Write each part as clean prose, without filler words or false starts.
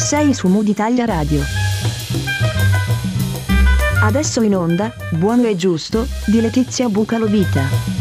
Sei su Mood Italia Radio. Adesso in onda, Buono e Giusto, di Letizia Bucalovita.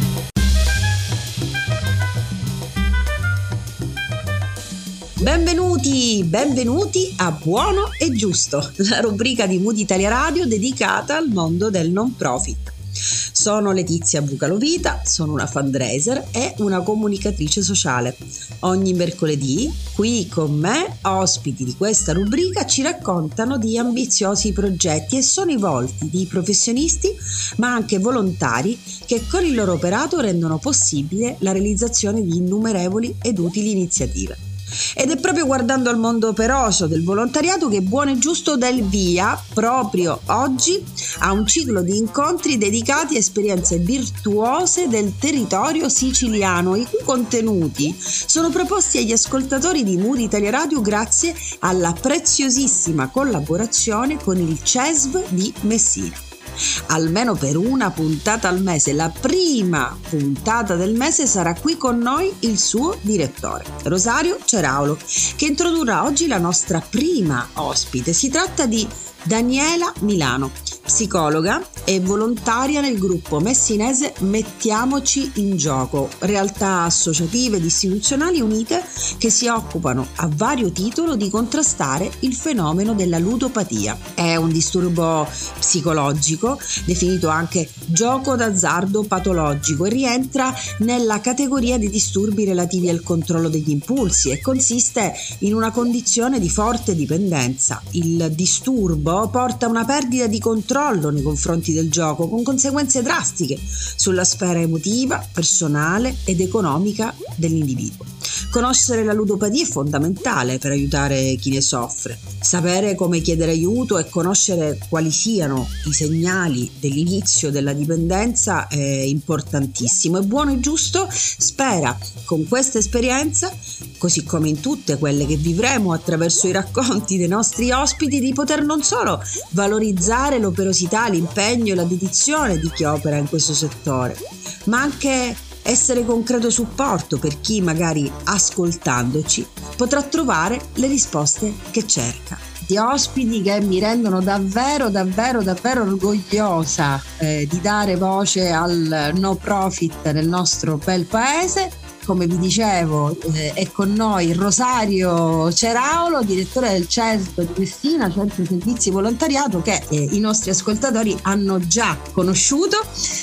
Benvenuti a Buono e Giusto, la rubrica di Mood Italia Radio dedicata al mondo del non profit. Sono Letizia Bucalovita, sono una fundraiser e una comunicatrice sociale. Ogni mercoledì, qui con me, ospiti di questa rubrica ci raccontano di ambiziosi progetti e sono i volti di professionisti ma anche volontari che con il loro operato rendono possibile la realizzazione di innumerevoli ed utili iniziative. Ed è proprio guardando al mondo operoso del volontariato che Buono e Giusto dà il via, proprio oggi, a un ciclo di incontri dedicati a esperienze virtuose del territorio siciliano, i cui contenuti sono proposti agli ascoltatori di Mood Italia Radio grazie alla preziosissima collaborazione con il CESV di Messina. Almeno per una puntata al mese, la prima puntata del mese, sarà qui con noi il suo direttore, Rosario Ceraulo, che introdurrà oggi la nostra prima ospite. Si tratta di Daniela Milano, psicologa e volontaria nel gruppo messinese Mettiamoci in Gioco, realtà associative ed istituzionali unite che si occupano a vario titolo di contrastare il fenomeno della ludopatia. È un disturbo psicologico, definito anche gioco d'azzardo patologico, e rientra nella categoria di disturbi relativi al controllo degli impulsi e consiste in una condizione di forte dipendenza. Il disturbo porta a una perdita di controllo nei confronti del gioco, con conseguenze drastiche sulla sfera emotiva, personale ed economica dell'individuo. Conoscere la ludopatia è fondamentale per aiutare chi ne soffre. Sapere come chiedere aiuto e conoscere quali siano i segnali dell'inizio della dipendenza è importantissimo, e Buono e Giusto spera con questa esperienza, così come in tutte quelle che vivremo attraverso i racconti dei nostri ospiti, di poter non solo valorizzare l'operosità, l'impegno e la dedizione di chi opera in questo settore, ma anche essere concreto supporto per chi magari ascoltandoci potrà trovare le risposte che cerca. Di ospiti che mi rendono davvero orgogliosa di dare voce al no profit nel nostro bel paese. Come vi dicevo, è con noi Rosario Ceraulo, direttore del CESV di Messina, Centro Servizi Volontariato, che i nostri ascoltatori hanno già conosciuto,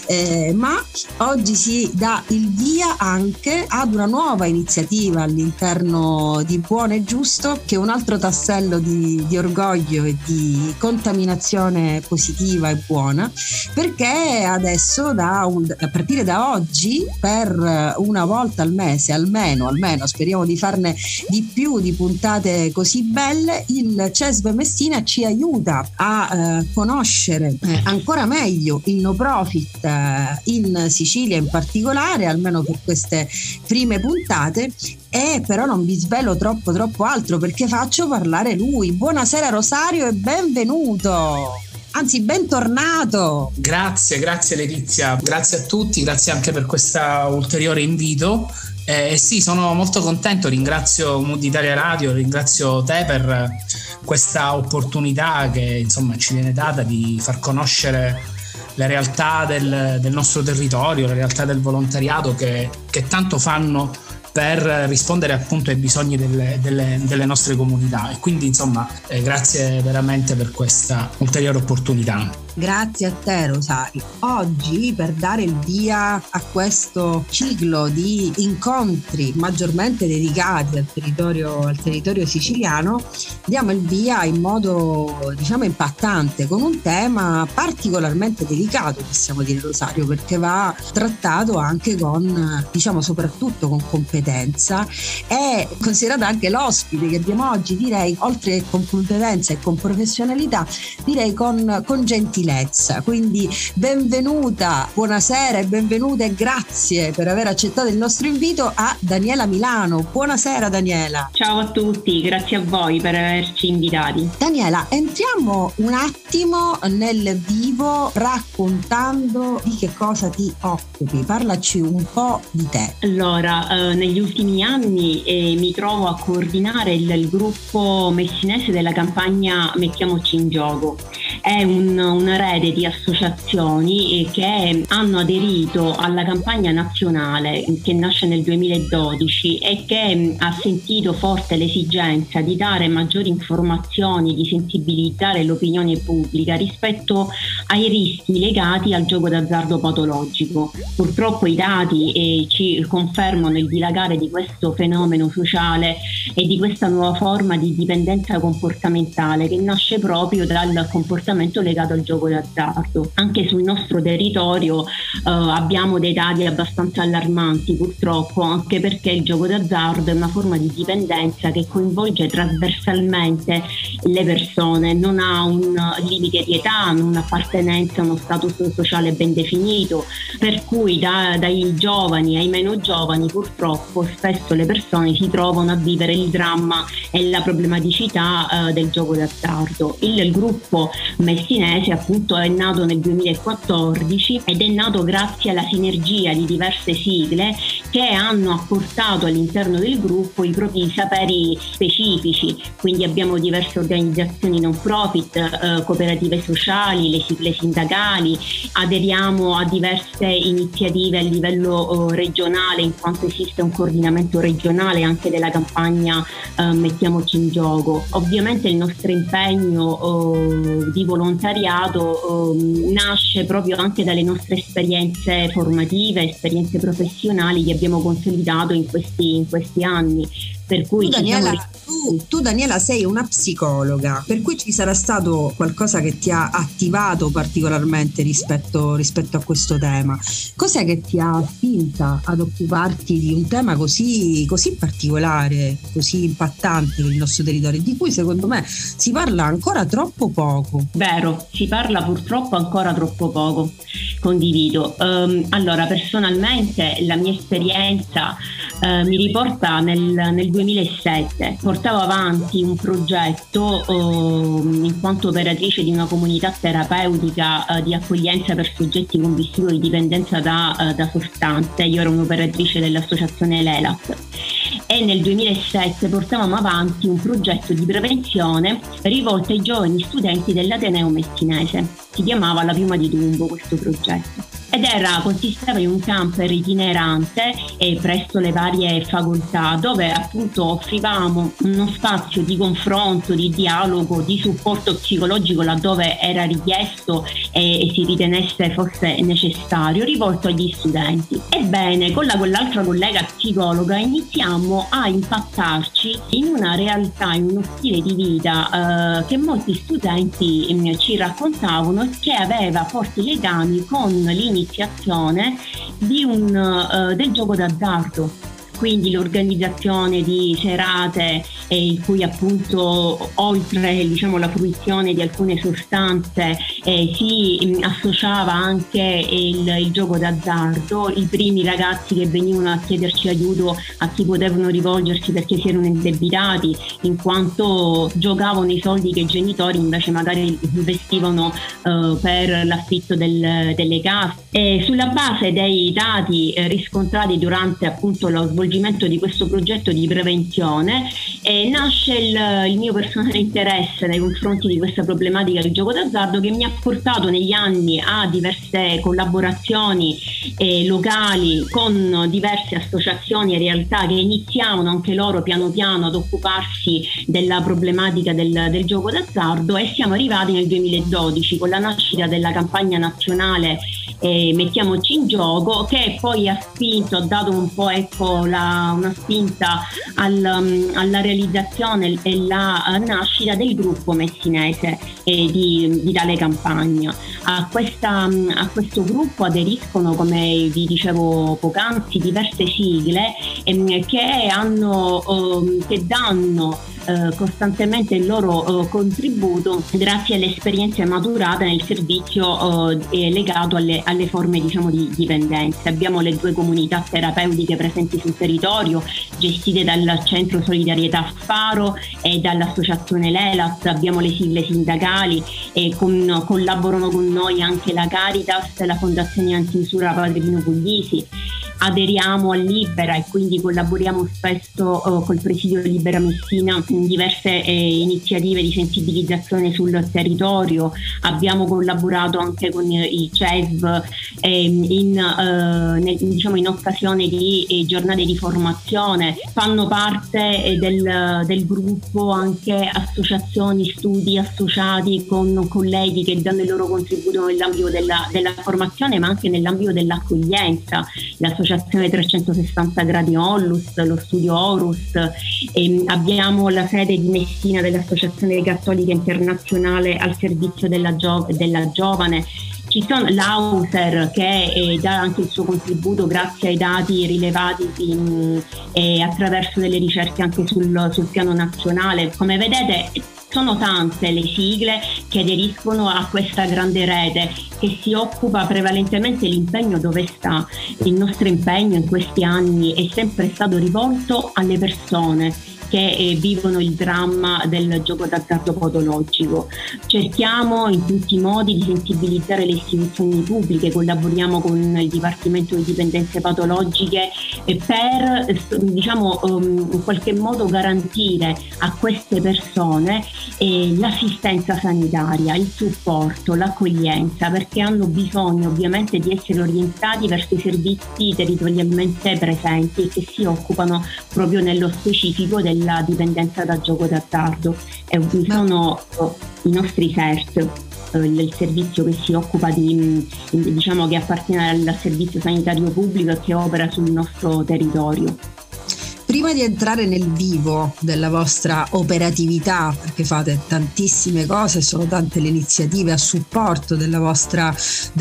ma oggi si dà il via anche ad una nuova iniziativa all'interno di Buono e Giusto, che è un altro tassello di orgoglio e di contaminazione positiva e buona, perché adesso a partire da oggi, per una volta al mese almeno, speriamo di farne di più di puntate così belle, il CESV Messina ci aiuta a conoscere ancora meglio il no profit in Sicilia in particolare, almeno per queste prime puntate. E però non vi svelo troppo altro, perché faccio parlare lui. Buonasera Rosario e benvenuto! Anzi, bentornato! Grazie Letizia, grazie a tutti, grazie anche per questo ulteriore invito. Sì, sono molto contento, ringrazio Mood Italia Radio, ringrazio te per questa opportunità che insomma ci viene data di far conoscere le realtà del nostro territorio, le realtà del volontariato che tanto fanno per rispondere appunto ai bisogni delle nostre comunità, e quindi insomma grazie veramente per questa ulteriore opportunità. Grazie a te Rosario. Oggi, per dare il via a questo ciclo di incontri maggiormente dedicati al territorio siciliano, diamo il via in modo impattante, con un tema particolarmente delicato, possiamo dire Rosario, perché va trattato anche con soprattutto con competenza, e considerato anche l'ospite che abbiamo oggi, direi oltre che con competenza e con professionalità, direi con gentilezza. gentilezza. Quindi benvenuta, buonasera e benvenuta e grazie per aver accettato il nostro invito a Daniela Milano. Buonasera Daniela. Ciao a tutti, grazie a voi per averci invitati. Daniela, entriamo un attimo nel vivo raccontando di che cosa ti occupi. Parlaci un po' di te. Allora, negli ultimi anni mi trovo a coordinare il gruppo messinese della campagna Mettiamoci in gioco. È una rete di associazioni che hanno aderito alla campagna nazionale che nasce nel 2012 e che ha sentito forte l'esigenza di dare maggiori informazioni, di sensibilizzare l'opinione pubblica rispetto ai rischi legati al gioco d'azzardo patologico. Purtroppo i dati ci confermano il dilagare di questo fenomeno sociale e di questa nuova forma di dipendenza comportamentale che nasce proprio dal comportamento legato al gioco d'azzardo. Anche sul nostro territorio abbiamo dei dati abbastanza allarmanti, purtroppo, anche perché il gioco d'azzardo è una forma di dipendenza che coinvolge trasversalmente le persone, non ha un limite di età, non un'appartenenza a uno status sociale ben definito, per cui dai giovani ai meno giovani purtroppo spesso le persone si trovano a vivere il dramma e la problematicità del gioco d'azzardo. Il gruppo messinese appunto è nato nel 2014 ed è nato grazie alla sinergia di diverse sigle che hanno apportato all'interno del gruppo i propri saperi specifici, quindi abbiamo diverse organizzazioni non profit, cooperative sociali, le sigle sindacali, aderiamo a diverse iniziative a livello regionale in quanto esiste un coordinamento regionale anche della campagna Mettiamoci in gioco. Ovviamente il nostro impegno di volontariato nasce proprio anche dalle nostre esperienze formative, esperienze professionali che abbiamo consolidato in questi anni. Per cui tu Daniela sei una psicologa, per cui ci sarà stato qualcosa che ti ha attivato particolarmente rispetto a questo tema. Cos'è che ti ha spinta ad occuparti di un tema così particolare, così impattante per il nostro territorio, di cui secondo me si parla ancora troppo poco? Vero, si parla purtroppo ancora troppo poco, condivido. Allora, personalmente la mia esperienza mi riporta nel 2007. Portavo avanti un progetto in quanto operatrice di una comunità terapeutica di accoglienza per soggetti con vissuto di dipendenza da sostanze. Io ero un'operatrice dell'associazione LELAT e nel 2007 portavamo avanti un progetto di prevenzione rivolto ai giovani studenti dell'Ateneo messinese. Si chiamava La Piuma di Dumbo questo progetto. Ed consisteva in un camper itinerante e presso le varie facoltà dove appunto offrivamo uno spazio di confronto, di dialogo, di supporto psicologico laddove era richiesto e si ritenesse fosse necessario, rivolto agli studenti. Ebbene, con l'altra collega psicologa iniziamo a impattarci in una realtà, in uno stile di vita che molti studenti ci raccontavano e che aveva forti legami con l'iniziazione del gioco d'azzardo. Quindi l'organizzazione di serate in cui appunto oltre la fruizione di alcune sostanze si associava anche il gioco d'azzardo, i primi ragazzi che venivano a chiederci aiuto a chi potevano rivolgersi perché si erano indebitati in quanto giocavano i soldi che i genitori invece magari investivano per l'affitto delle case. E sulla base dei dati riscontrati durante appunto lo svolgimento di questo progetto di prevenzione nasce il mio personale interesse nei confronti di questa problematica del gioco d'azzardo, che mi ha portato negli anni a diverse collaborazioni locali con diverse associazioni e realtà che iniziavano anche loro piano piano ad occuparsi della problematica del gioco d'azzardo, e siamo arrivati nel 2012 con la nascita della campagna nazionale Mettiamoci in gioco, che poi ha dato un po' una spinta alla realizzazione e la nascita del gruppo messinese di tale campagna. A questo gruppo aderiscono, come vi dicevo poc'anzi, diverse sigle che danno costantemente il loro contributo grazie alle esperienze maturate nel servizio legato alle forme, diciamo, di dipendenza. Abbiamo le 2 comunità terapeutiche presenti sul territorio, gestite dal Centro Solidarietà Faro e dall'associazione Lelat. Abbiamo le sigle sindacali e collaborano con noi anche la Caritas e la Fondazione Antiusura Padre Pino Puglisi. Aderiamo a Libera e quindi collaboriamo spesso col Presidio Libera Messina in diverse iniziative di sensibilizzazione sul territorio. Abbiamo collaborato anche con il CESV in occasione di giornate di formazione. Fanno parte del gruppo anche associazioni, studi associati con colleghi che danno il loro contributo nell'ambito della formazione, ma anche nell'ambito dell'accoglienza. L'associazione 360 gradi Onlus, lo studio Horus, abbiamo la sede di Messina dell'Associazione Cattolica Internazionale al servizio della giovane. Ci sono l'Auser che dà anche il suo contributo grazie ai dati rilevati attraverso delle ricerche anche sul piano nazionale. Come vedete, sono tante le sigle che aderiscono a questa grande rete che si occupa prevalentemente. L'impegno dove sta? Il nostro impegno in questi anni è sempre stato rivolto alle persone che vivono il dramma del gioco d'azzardo patologico. Cerchiamo in tutti i modi di sensibilizzare le istituzioni pubbliche, collaboriamo con il Dipartimento di Dipendenze Patologiche per in qualche modo garantire a queste persone l'assistenza sanitaria, il supporto, l'accoglienza, perché hanno bisogno ovviamente di essere orientati verso i servizi territorialmente presenti che si occupano proprio nello specifico della dipendenza da gioco d'azzardo. Sono i nostri CERT, il servizio che si occupa che appartiene al servizio sanitario pubblico e che opera sul nostro territorio. Prima di entrare nel vivo della vostra operatività, perché fate tantissime cose, sono tante le iniziative a supporto della vostra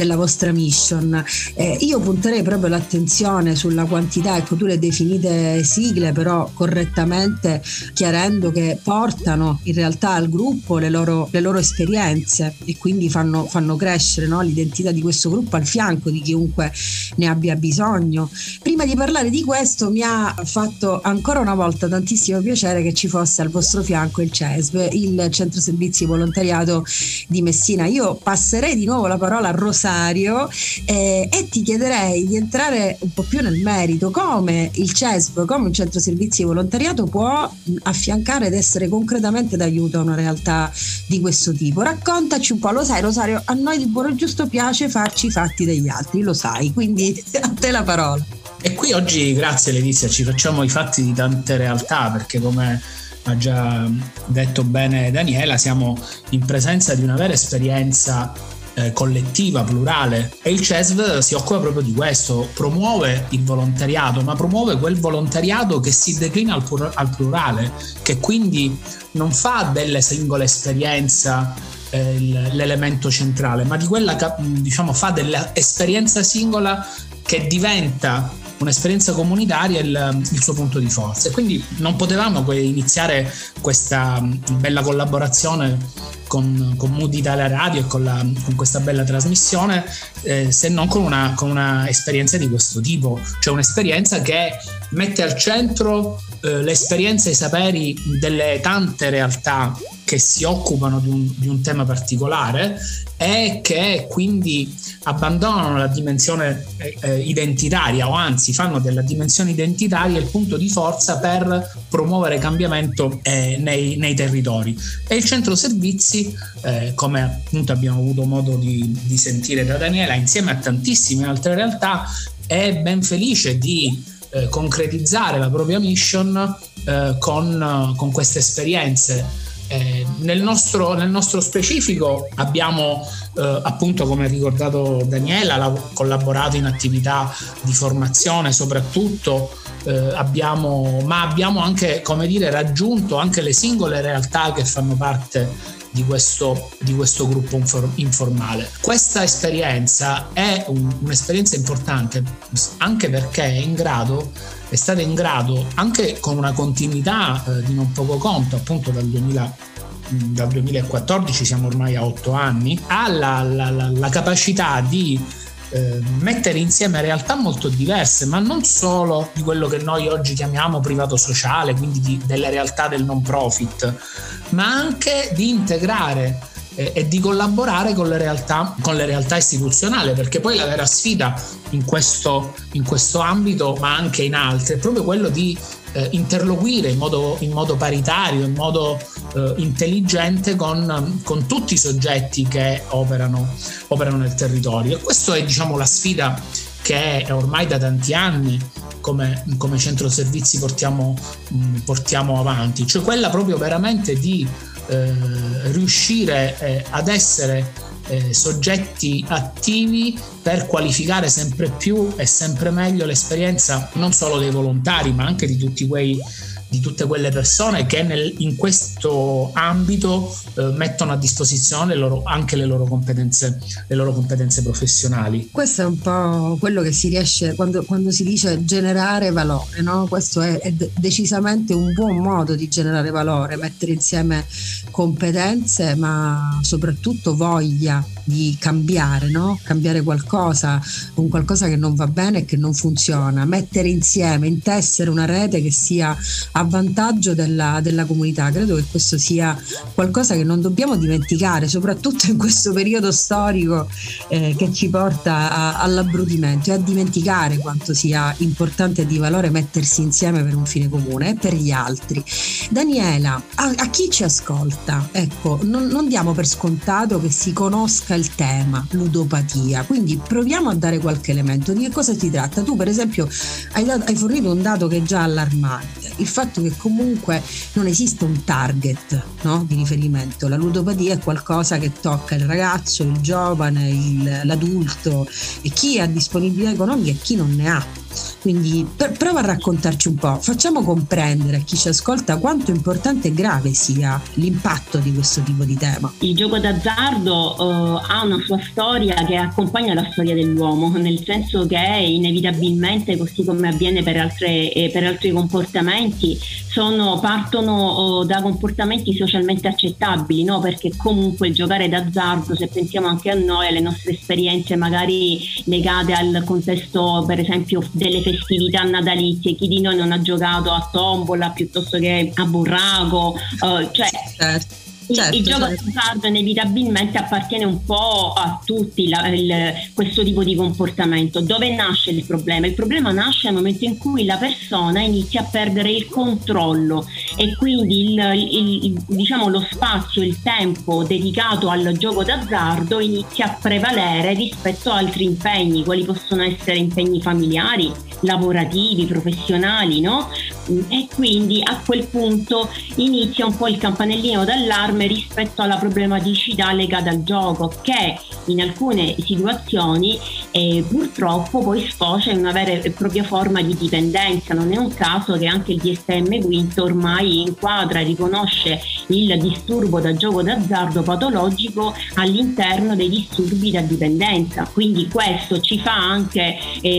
mission, io punterei proprio l'attenzione sulla quantità. Ecco, tu le definite sigle, però correttamente chiarendo che portano in realtà al gruppo le loro esperienze e quindi fanno crescere, no, l'identità di questo gruppo al fianco di chiunque ne abbia bisogno. Prima di parlare di questo mi ha fatto ancora una volta tantissimo piacere che ci fosse al vostro fianco il CESV, il Centro Servizi Volontariato di Messina. Io passerei di nuovo la parola a Rosario e ti chiederei di entrare un po' più nel merito. Come il CESV, come un Centro Servizi Volontariato può affiancare ed essere concretamente d'aiuto a una realtà di questo tipo? Raccontaci un po'. Lo sai, Rosario, a noi di Buono e Giusto piace farci i fatti degli altri, lo sai, quindi a te la parola. E qui oggi, grazie Letizia, ci facciamo i fatti di tante realtà, perché come ha già detto bene Daniela, siamo in presenza di una vera esperienza collettiva, plurale, e il CESV si occupa proprio di questo, promuove il volontariato, ma promuove quel volontariato che si declina al plurale, che quindi non fa delle singole esperienza l'elemento centrale, ma di quella fa dell'esperienza singola che diventa un'esperienza comunitaria il suo punto di forza. E quindi non potevamo iniziare questa bella collaborazione con Mood Italia Radio e con questa bella trasmissione se non con una esperienza di questo tipo, cioè un'esperienza che mette al centro l'esperienza e i saperi delle tante realtà che si occupano di un tema particolare e che quindi abbandonano la dimensione identitaria, o anzi fanno della dimensione identitaria il punto di forza per promuovere cambiamento nei territori. E il centro servizi, come appunto abbiamo avuto modo di sentire da Daniela, insieme a tantissime altre realtà, è ben felice di concretizzare la propria mission con queste esperienze. Nel nostro specifico abbiamo appunto, come ha ricordato Daniela, collaborato in attività di formazione soprattutto, abbiamo anche, come dire, raggiunto anche le singole realtà che fanno parte di questo gruppo informale. Questa esperienza è un'esperienza importante anche perché è stata in grado, anche con una continuità di non poco conto, appunto dal 2014, siamo ormai a 8 anni, ha la capacità di mettere insieme realtà molto diverse, ma non solo di quello che noi oggi chiamiamo privato sociale, quindi delle realtà del non profit, ma anche di integrare e di collaborare con le realtà istituzionali, perché poi la vera sfida in questo ambito, ma anche in altri, è proprio quello di interloquire in modo paritario, in modo intelligente con tutti i soggetti che operano nel territorio. E questa è, diciamo, la sfida che ormai da tanti anni come centro servizi portiamo avanti, cioè quella proprio veramente di riuscire ad essere soggetti attivi per qualificare sempre più e sempre meglio l'esperienza non solo dei volontari, ma anche di tutte quelle persone che in questo ambito mettono a disposizione anche le loro competenze professionali. Questo è un po' quello che si riesce quando si dice generare valore, no? Questo è decisamente un buon modo di generare valore, mettere insieme competenze, ma soprattutto voglia di cambiare, no? Cambiare qualcosa, un qualcosa che non va bene e che non funziona, mettere insieme, intessere una rete che sia a vantaggio della comunità. Credo che questo sia qualcosa che non dobbiamo dimenticare, soprattutto in questo periodo storico che ci porta all'abbrutimento, e a dimenticare quanto sia importante e di valore mettersi insieme per un fine comune e per gli altri. Daniela, a chi ci ascolta, ecco, non diamo per scontato che si conosca il tema ludopatia, quindi proviamo a dare qualche elemento di che cosa si tratta. Tu per esempio hai fornito un dato che è già allarmante, il fatto che comunque non esiste un target, no, di riferimento. La ludopatia è qualcosa che tocca il ragazzo, il giovane, l'adulto, e chi ha disponibilità economica e chi non ne ha. Quindi prova a raccontarci un po', facciamo comprendere a chi ci ascolta quanto importante e grave sia l'impatto di questo tipo di tema. Il gioco d'azzardo ha una sua storia che accompagna la storia dell'uomo, nel senso che inevitabilmente, così come avviene per altri comportamenti, partono da comportamenti socialmente accettabili, no? Perché comunque il giocare d'azzardo, se pensiamo anche a noi, alle nostre esperienze magari legate al contesto, per esempio, delle festività natalizie, chi di noi non ha giocato a tombola piuttosto che a burraco, Certo. Il gioco d'azzardo inevitabilmente appartiene un po' a tutti questo tipo di comportamento. Dove nasce il problema? Il problema nasce nel momento in cui la persona inizia a perdere il controllo e quindi diciamo lo spazio, il tempo dedicato al gioco d'azzardo inizia a prevalere rispetto a altri impegni, quali possono essere impegni familiari, lavorativi, professionali, no? E quindi a quel punto inizia un po' il campanellino d'allarme rispetto alla problematicità legata al gioco, che in alcune situazioni purtroppo poi sfocia in una vera e propria forma di dipendenza. Non è un caso che anche il DSM-5 ormai inquadra e riconosce il disturbo da gioco d'azzardo patologico all'interno dei disturbi da dipendenza. Quindi questo ci fa anche,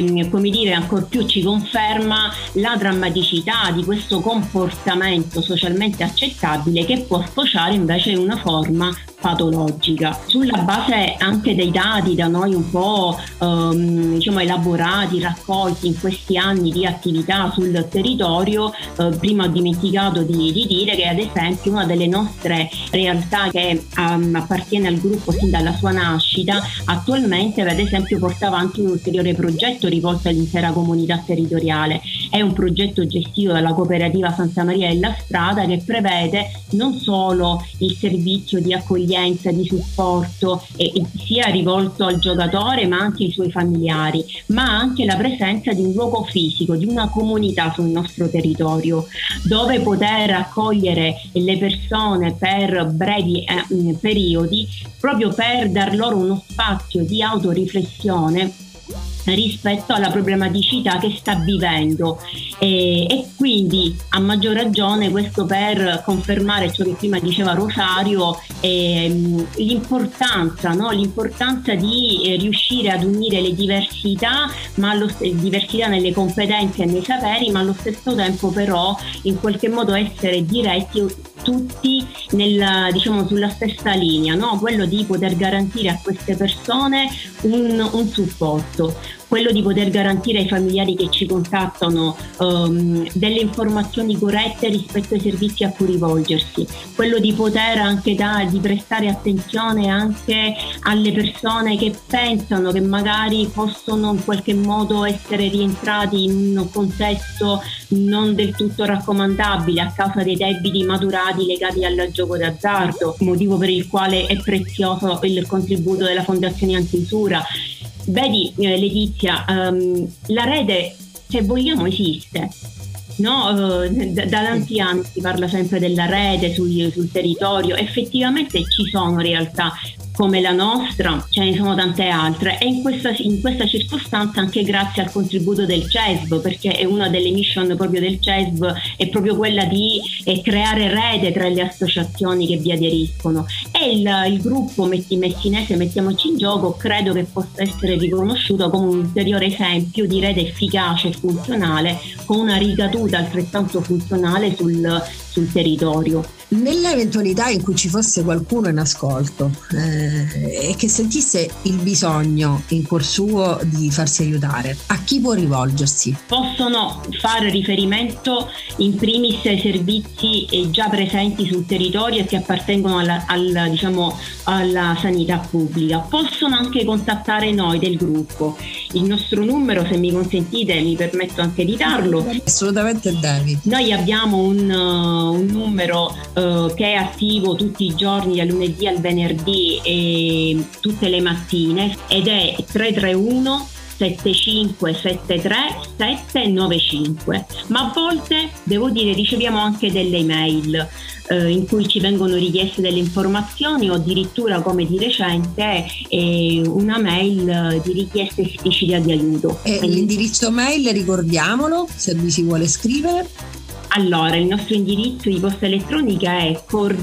ancor più ci conferma la drammaticità di questo comportamento socialmente accettabile che può sfociare invece in una forma patologica. Sulla base anche dei dati da noi un po' elaborati, raccolti in questi anni di attività sul territorio, prima ho dimenticato di dire che ad esempio una delle nostre realtà che appartiene al gruppo sin dalla sua nascita attualmente ad esempio porta avanti un ulteriore progetto rivolto all'intera comunità territoriale. È un progetto gestito dalla cooperativa Santa Maria della Strada che prevede non solo il servizio di accoglienza, di supporto sia rivolto al giocatore ma anche ai suoi familiari, ma anche la presenza di un luogo fisico, di una comunità sul nostro territorio dove poter accogliere le persone per brevi periodi, proprio per dar loro uno spazio di autoriflessione rispetto alla problematicità che sta vivendo, e quindi a maggior ragione questo per confermare ciò che prima diceva Rosario, l'importanza, no? L'importanza di riuscire ad unire le diversità, ma diversità nelle competenze e nei saperi, ma allo stesso tempo però in qualche modo essere diretti tutti sulla stessa linea, no? Quello di poter garantire a queste persone un supporto, quello di poter garantire ai familiari che ci contattano delle informazioni corrette rispetto ai servizi a cui rivolgersi, quello di poter anche di prestare attenzione anche alle persone che pensano che magari possono in qualche modo essere rientrati in un contesto non del tutto raccomandabile a causa dei debiti maturati legati al gioco d'azzardo, motivo per il quale è prezioso il contributo della Fondazione Antiusura. Vedi Letizia, la rete, se vogliamo, esiste, no? Da tanti anni si parla sempre della rete sul territorio, effettivamente ci sono realtà come la nostra, ce ne sono tante altre, e in questa circostanza anche grazie al contributo del CESV, perché è una delle mission proprio del CESV, è proprio quella di creare rete tra le associazioni che vi aderiscono, e il gruppo messinese Mettiamoci in Gioco credo che possa essere riconosciuto come un ulteriore esempio di rete efficace e funzionale, con una ricaduta altrettanto funzionale sul territorio. Nell'eventualità in cui ci fosse qualcuno in ascolto e che sentisse il bisogno in cuor suo di farsi aiutare, a chi può rivolgersi? Possono fare riferimento in primis ai servizi già presenti sul territorio e che appartengono alla sanità pubblica. Possono anche contattare noi del gruppo. Il nostro numero, se mi consentite, mi permetto anche di darlo. Assolutamente devi. Noi abbiamo un numero che è attivo tutti i giorni, dal lunedì al venerdì e tutte le mattine, ed è 331 7573 795, ma a volte, devo dire, riceviamo anche delle email in cui ci vengono richieste delle informazioni, o addirittura, come di recente, una mail di richiesta esplicita di aiuto. L'indirizzo mail, ricordiamolo, se vi si vuole scrivere. Allora, il nostro indirizzo di posta elettronica è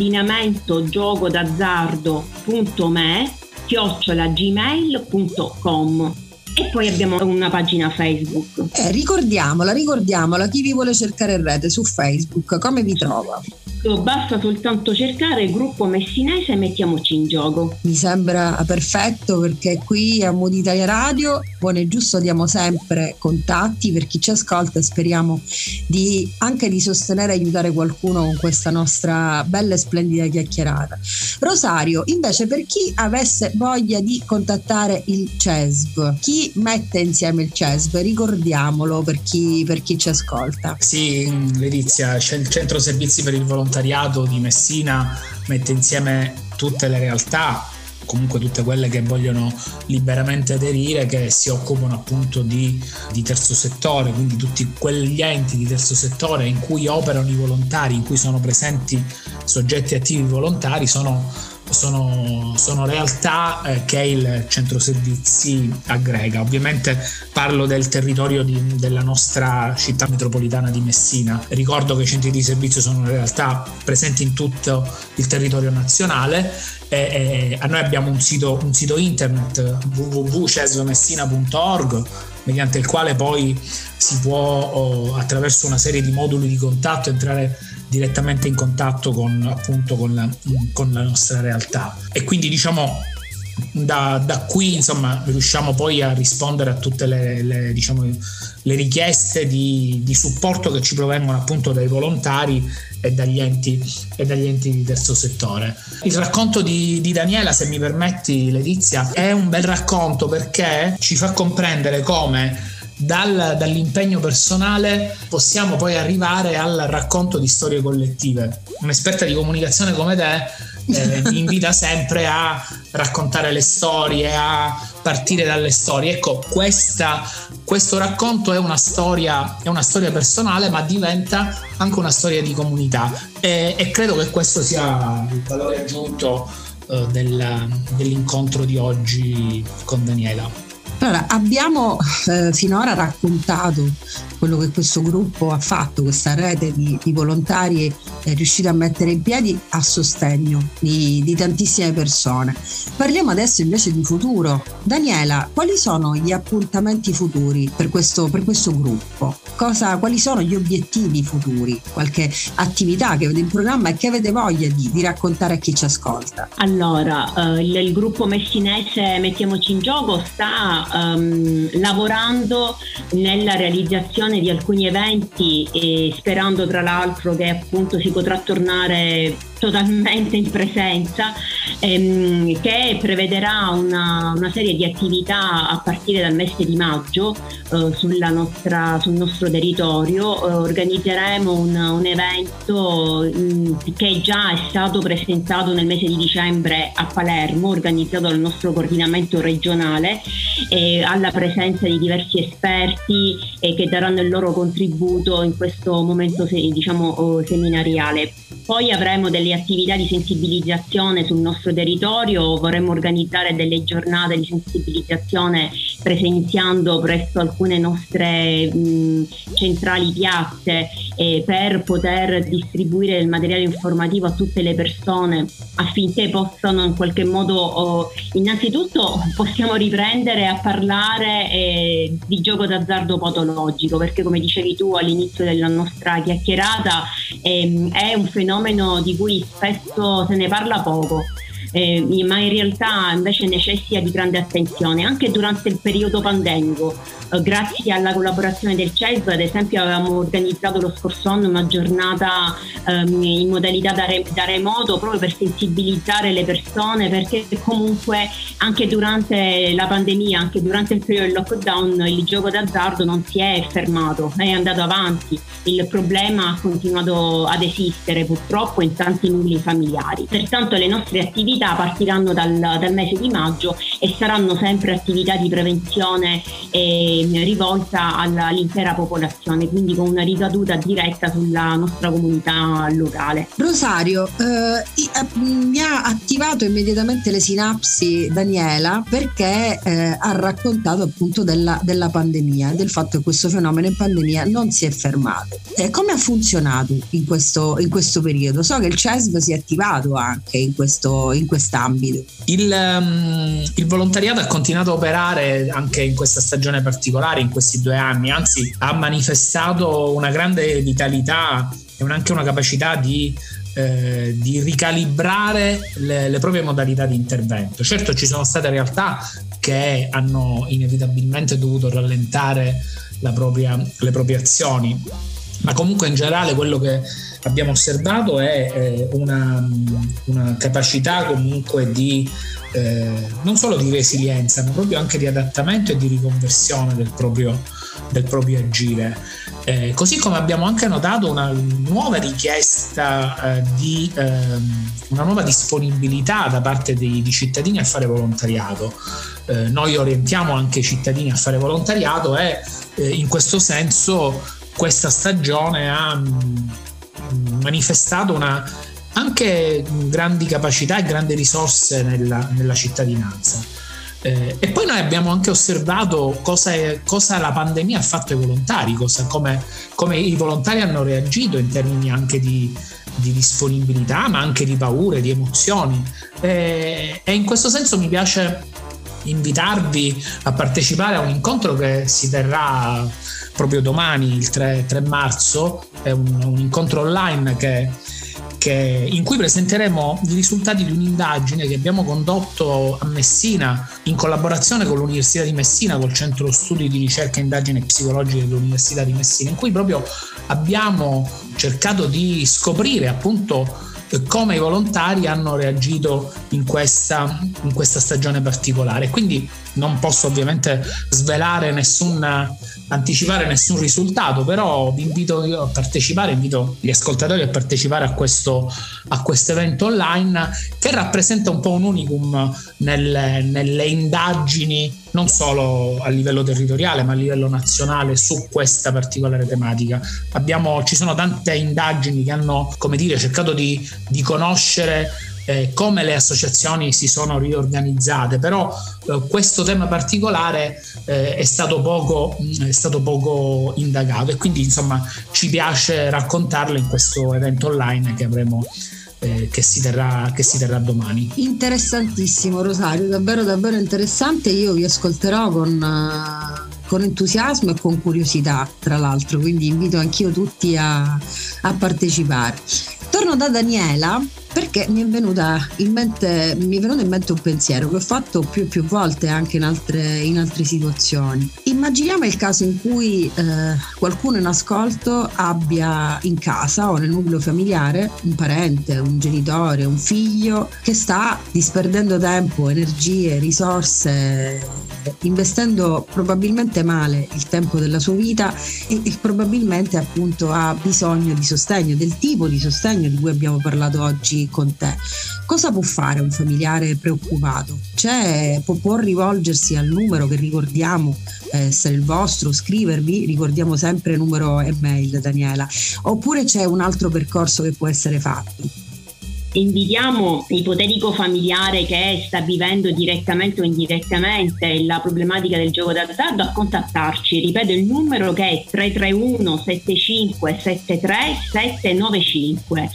coordinamentogiocod'azzardo.me@gmail.com, e poi abbiamo una pagina Facebook. Ricordiamola, chi vi vuole cercare in rete su Facebook, come vi trova? Basta soltanto cercare il gruppo messinese Mettiamoci in Gioco. Mi sembra perfetto, perché qui a Mood Italia Radio, Buono e Giusto, diamo sempre contatti per chi ci ascolta, e speriamo anche di sostenere e aiutare qualcuno con questa nostra bella e splendida chiacchierata. Rosario, invece, per chi avesse voglia di contattare il CESV, chi mette insieme il CESV? Ricordiamolo per chi ci ascolta. Sì, Letizia, c'è il Centro Servizi per il Volontariato di Messina, mette insieme tutte le realtà, comunque tutte quelle che vogliono liberamente aderire, che si occupano appunto di terzo settore, quindi tutti quegli enti di terzo settore in cui operano i volontari, in cui sono presenti soggetti attivi volontari, sono realtà che il centro servizi aggrega. Ovviamente parlo del territorio della nostra città metropolitana di Messina. Ricordo che i centri di servizio sono realtà presenti in tutto il territorio nazionale, e a noi abbiamo un sito internet www.cesvmessina.org, mediante il quale poi si può, attraverso una serie di moduli di contatto, entrare direttamente in contatto con la nostra realtà, e quindi da qui insomma riusciamo poi a rispondere a tutte le richieste di supporto che ci provengono appunto dai volontari e dagli enti di terzo settore. Il racconto di Daniela, se mi permetti Letizia, è un bel racconto, perché ci fa comprendere come dall'impegno personale possiamo poi arrivare al racconto di storie collettive. Un'esperta di comunicazione come te mi invita sempre a raccontare le storie, a partire dalle storie. Ecco, questo racconto è una storia personale, ma diventa anche una storia di comunità, e credo che questo sia il valore aggiunto dell'incontro di oggi con Daniela. Allora, abbiamo finora raccontato quello che questo gruppo ha fatto, questa rete di volontari è riuscita a mettere in piedi a sostegno di tantissime persone. Parliamo adesso invece di futuro. Daniela, quali sono gli appuntamenti futuri per questo gruppo? Quali sono gli obiettivi futuri? Qualche attività che avete in programma e che avete voglia di raccontare a chi ci ascolta? Allora, il gruppo messinese Mettiamoci in Gioco sta lavorando nella realizzazione di alcuni eventi e sperando tra l'altro che appunto si potrà tornare totalmente in presenza, che prevederà una serie di attività a partire dal mese di maggio sul nostro territorio. Organizzeremo un evento che già è stato presentato nel mese di dicembre a Palermo, organizzato dal nostro coordinamento regionale, alla presenza di diversi esperti che daranno il loro contributo in questo momento seminariale. Poi avremo delle attività di sensibilizzazione sul nostro territorio, vorremmo organizzare delle giornate di sensibilizzazione presenziando presso alcune nostre centrali piazze per poter distribuire del materiale informativo a tutte le persone affinché possano in qualche modo, innanzitutto possiamo riprendere a parlare di gioco d'azzardo patologico, perché come dicevi tu all'inizio della nostra chiacchierata è un fenomeno di cui spesso se ne parla poco. Ma in realtà invece necessita di grande attenzione anche durante il periodo pandemico. Grazie alla collaborazione del CESV, ad esempio, avevamo organizzato lo scorso anno una giornata in modalità da remoto proprio per sensibilizzare le persone, perché comunque anche durante la pandemia, anche durante il periodo del lockdown, il gioco d'azzardo non si è fermato, è andato avanti. Il problema ha continuato ad esistere purtroppo in tanti nuclei familiari. Pertanto le nostre attività partiranno dal mese di maggio e saranno sempre attività di prevenzione rivolta all'intera popolazione, quindi con una ricaduta diretta sulla nostra comunità locale. Rosario, mi ha attivato immediatamente le sinapsi Daniela, perché ha raccontato appunto della pandemia, del fatto che questo fenomeno in pandemia non si è fermato. Come ha funzionato in questo periodo? So che il CESV si è attivato anche in quest'ambito. Il volontariato ha continuato a operare anche in questa stagione particolare, in questi 2 anni, anzi ha manifestato una grande vitalità e anche una capacità di ricalibrare le proprie modalità di intervento. Certo, ci sono state realtà che hanno inevitabilmente dovuto rallentare le proprie azioni, ma comunque in generale quello che abbiamo osservato è una capacità comunque di non solo di resilienza, ma proprio anche di adattamento e di riconversione del proprio agire. Così come abbiamo anche notato una nuova richiesta di una nuova disponibilità da parte di cittadini a fare volontariato. Noi orientiamo anche i cittadini a fare volontariato e in questo senso questa stagione ha manifestato anche grandi capacità e grandi risorse nella cittadinanza. E poi noi abbiamo anche osservato cosa la pandemia ha fatto ai volontari, come i volontari hanno reagito in termini anche di disponibilità, ma anche di paure, di emozioni. E in questo senso mi piace invitarvi a partecipare a un incontro che si terrà proprio domani, il 3 marzo. È un incontro online in cui presenteremo i risultati di un'indagine che abbiamo condotto a Messina in collaborazione con l'Università di Messina, col Centro Studi di Ricerca e Indagini Psicologiche dell'Università di Messina, in cui proprio abbiamo cercato di scoprire appunto come i volontari hanno reagito in questa stagione particolare. Quindi non posso ovviamente anticipare nessun risultato, però vi invito io a partecipare, invito gli ascoltatori a partecipare a questo evento online, che rappresenta un po' un unicum nelle indagini non solo a livello territoriale ma a livello nazionale su questa particolare tematica. Ci sono tante indagini che hanno, come dire, cercato di conoscere come le associazioni si sono riorganizzate, però questo tema particolare è stato poco indagato, e quindi insomma ci piace raccontarlo in questo evento online che avremo che si terrà domani. Interessantissimo, Rosario, davvero davvero interessante. Io vi ascolterò con entusiasmo e con curiosità, tra l'altro, quindi invito anch'io tutti a partecipare. Torno da Daniela perché mi è venuto in mente un pensiero che ho fatto più volte anche in altre situazioni. Immaginiamo il caso in cui qualcuno in ascolto abbia in casa o nel nucleo familiare un parente, un genitore, un figlio che sta disperdendo tempo, energie, risorse, investendo probabilmente male il tempo della sua vita e probabilmente appunto ha bisogno di sostegno, del tipo di sostegno di cui abbiamo parlato oggi con te. Cosa può fare un familiare preoccupato? Può rivolgersi al numero che ricordiamo essere il vostro, scrivervi, ricordiamo sempre numero e mail, Daniela, oppure c'è un altro percorso che può essere fatto? Invitiamo l'ipotetico familiare che sta vivendo direttamente o indirettamente la problematica del gioco d'azzardo a contattarci. Ripeto il numero, che è 331 75 73 795.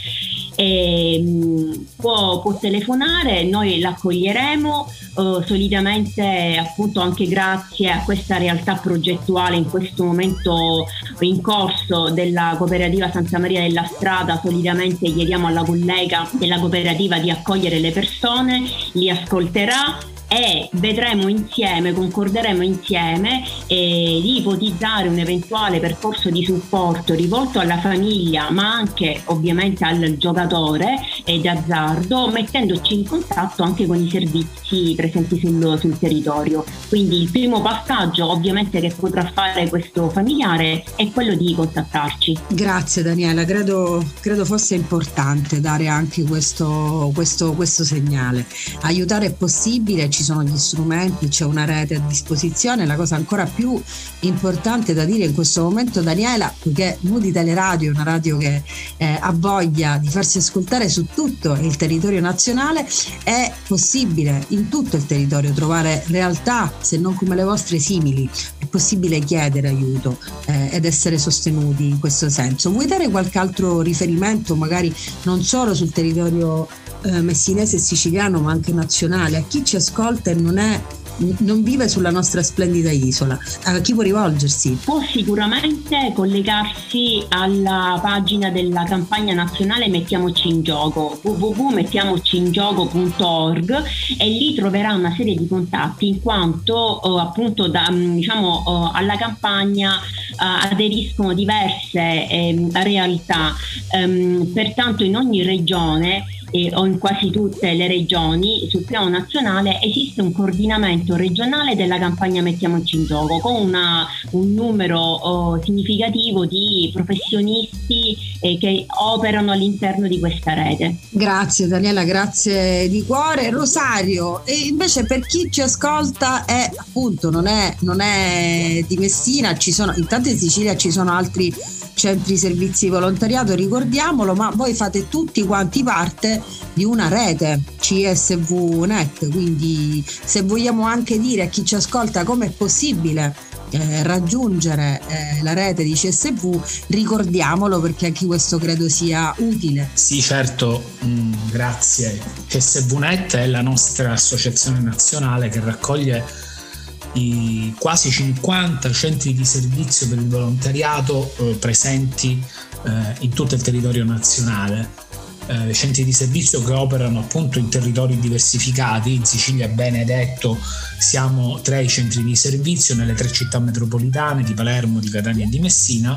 Può telefonare, noi l'accoglieremo, solitamente appunto anche grazie a questa realtà progettuale in questo momento in corso della cooperativa Santa Maria della Strada. Solitamente chiediamo alla collega della cooperativa di accogliere le persone, li ascolterà e vedremo insieme, concorderemo insieme di ipotizzare un eventuale percorso di supporto rivolto alla famiglia, ma anche ovviamente al giocatore d'azzardo, mettendoci in contatto anche con i servizi presenti sul territorio. Quindi il primo passaggio ovviamente che potrà fare questo familiare è quello di contattarci. Grazie Daniela, credo fosse importante dare anche questo segnale. Aiutare è possibile, ci sono gli strumenti, c'è una rete a disposizione. La cosa ancora più importante da dire in questo momento, Daniela, poiché Mood Italia Radio è una radio che ha voglia di farsi ascoltare su tutto il territorio nazionale, è possibile in tutto il territorio trovare realtà, se non come le vostre, simili. È possibile chiedere aiuto ed essere sostenuti in questo senso. Vuoi dare qualche altro riferimento, magari non solo sul territorio messinese e siciliano, ma anche nazionale, a chi ci ascolta e non vive sulla nostra splendida isola? A chi può rivolgersi? Può sicuramente collegarsi alla pagina della campagna nazionale Mettiamoci in Gioco, www.mettiamociingioco.org, e lì troverà una serie di contatti, in quanto appunto alla campagna aderiscono diverse realtà, pertanto in ogni regione o in quasi tutte le regioni sul piano nazionale esiste un coordinamento regionale della campagna Mettiamoci in Gioco, con un numero significativo di professionisti che operano all'interno di questa rete. Grazie Daniela, grazie di cuore. Rosario, e invece per chi ci ascolta appunto non è di Messina, intanto in Sicilia ci sono altri centri servizi volontariato, ricordiamolo, ma voi fate tutti quanti parte di una rete CSV.net, quindi se vogliamo anche dire a chi ci ascolta come è possibile raggiungere la rete di CSV, ricordiamolo, perché anche questo credo sia utile. Sì, certo, grazie. CSV.net è la nostra associazione nazionale che raccoglie i quasi 50 centri di servizio per il volontariato presenti in tutto il territorio nazionale. Centri di servizio che operano appunto in territori diversificati. In Sicilia, bene detto, siamo 3 i centri di servizio nelle 3 città metropolitane di Palermo, di Catania e di Messina,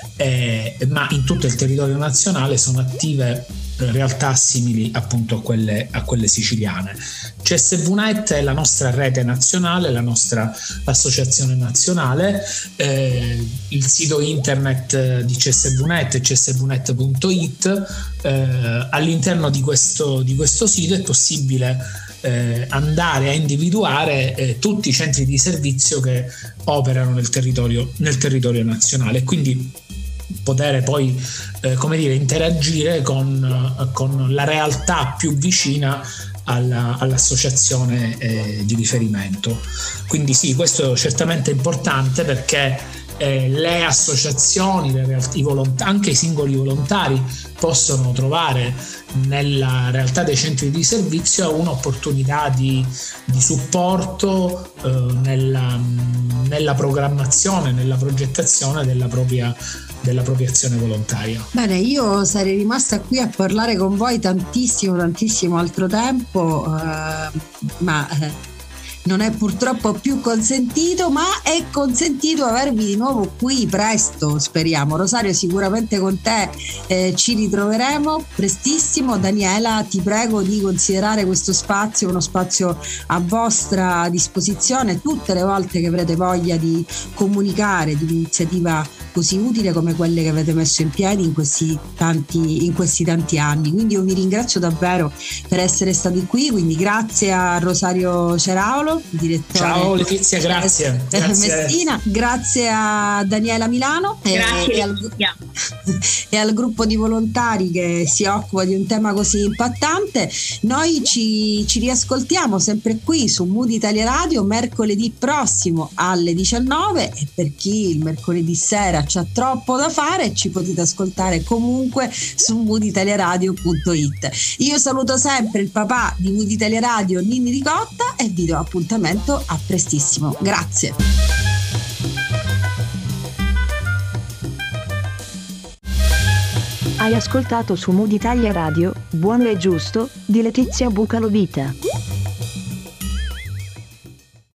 ma in tutto il territorio nazionale sono attive realtà simili appunto a quelle siciliane. CSV.net è la nostra rete nazionale, la nostra associazione nazionale. Il sito internet di CSV.net è csvnet.it. All'interno di questo sito è possibile andare a individuare tutti i centri di servizio che operano nel territorio nazionale, quindi poter poi interagire con la realtà più vicina all'associazione di riferimento. Quindi sì, questo è certamente importante, perché le associazioni, anche i singoli volontari possono trovare nella realtà dei centri di servizio un'opportunità di supporto nella programmazione, nella progettazione della propria azione volontaria. Bene, io sarei rimasta qui a parlare con voi tantissimo altro tempo, ma non è purtroppo più consentito, ma è consentito avervi di nuovo qui presto, speriamo. Rosario, sicuramente con te ci ritroveremo prestissimo. Daniela, ti prego di considerare questo spazio uno spazio a vostra disposizione tutte le volte che avrete voglia di comunicare di un'iniziativa così utile come quelle che avete messo in piedi in questi tanti anni. Quindi io vi ringrazio davvero per essere stati qui, quindi grazie a Rosario Ceraulo, direttore. Ciao Letizia, grazie. Messina, grazie a Daniela Milano e al gruppo di volontari che si occupa di un tema così impattante. Noi ci riascoltiamo sempre qui su Mood Italia Radio mercoledì prossimo alle 19, e per chi il mercoledì sera c'ha troppo da fare ci potete ascoltare comunque su mooditaliaradio.it. Io saluto sempre il papà di Mood Italia Radio, Ninni Ricotta, e vi do appuntamento a prestissimo. Grazie. Hai ascoltato su Mood Italia Radio Buono e Giusto di Letizia Bucalovita.